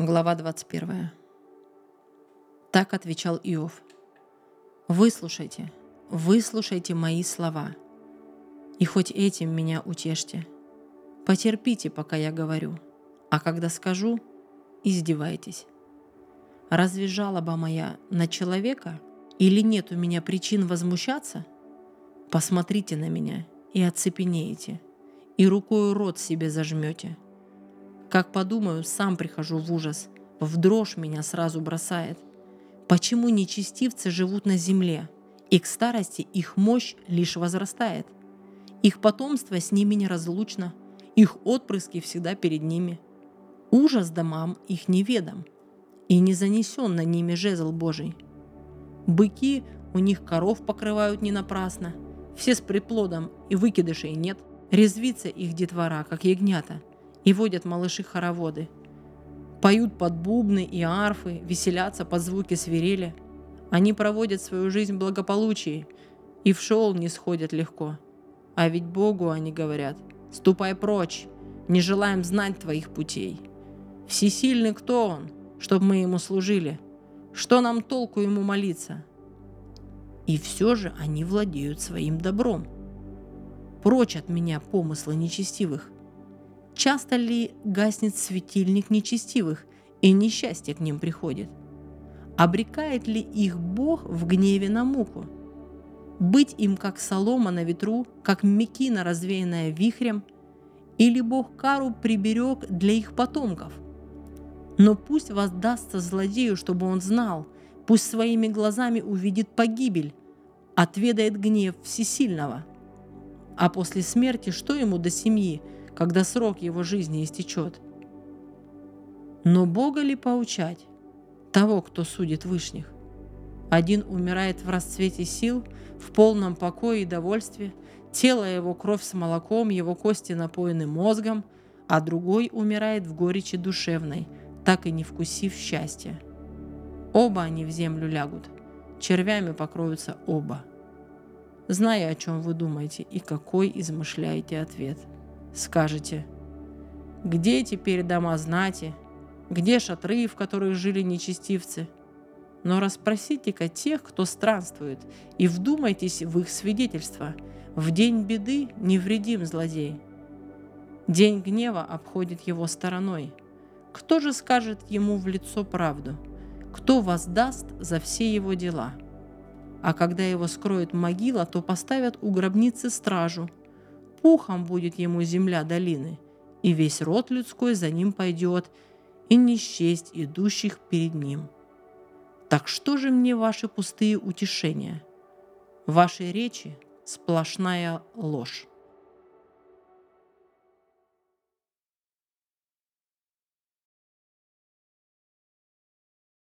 Глава 21. Так отвечал Иов. Выслушайте мои слова, и хоть этим меня утешьте. Потерпите, пока я говорю, а когда скажу, издевайтесь. Разве жалоба моя на человека, или нет у меня причин возмущаться? Посмотрите на меня и оцепенеете, и рукою рот себе зажмете. Как подумаю, сам прихожу в ужас, в дрожь меня сразу бросает. Почему нечестивцы живут на земле, и к старости их мощь лишь возрастает? Их потомство с ними неразлучно, их отпрыски всегда перед ними. Ужас домам их неведом, и не занесен на ними жезл Божий. Быки у них коров покрывают не напрасно, все с приплодом и выкидышей нет. Резвится их детвора, как ягнята, и водят малыши-хороводы. Поют под бубны и арфы, веселятся под звуки свирели. Они проводят свою жизнь в благополучии и в шеол не сходят легко. А ведь Богу они говорят: «Ступай прочь, не желаем знать твоих путей». Всесильный кто он, чтоб мы ему служили? Что нам толку ему молиться? И все же они владеют своим добром. Прочь от меня помыслы нечестивых. Часто ли гаснет светильник нечестивых, и несчастье к ним приходит? Обрекает ли их Бог в гневе на муку? Быть им как солома на ветру, как мекина, развеянная вихрем? Или Бог кару приберег для их потомков? Но пусть воздастся злодею, чтобы он знал, пусть своими глазами увидит погибель, отведает гнев всесильного. А после смерти что ему до семьи, когда срок его жизни истечет? Но Бога ли поучать, того, кто судит вышних? Один умирает в расцвете сил, в полном покое и довольстве, тело его кровь с молоком, его кости напоены мозгом, а другой умирает в горечи душевной, так и не вкусив счастья. Оба они в землю лягут, червями покроются оба. Знаю, о чем вы думаете и какой измышляете ответ. Скажете: где теперь дома знати, где шатры, в которых жили нечестивцы? Но расспросите-ка тех, кто странствует, и вдумайтесь в их свидетельства. В день беды невредим злодей. День гнева обходит его стороной. Кто же скажет ему в лицо правду? Кто воздаст за все его дела? А когда его скроет могила, то поставят у гробницы стражу. Пухом будет ему земля долины, и весь род людской за ним пойдет, и не счесть идущих перед ним. Так что же мне ваши пустые утешения? Ваши речи — сплошная ложь.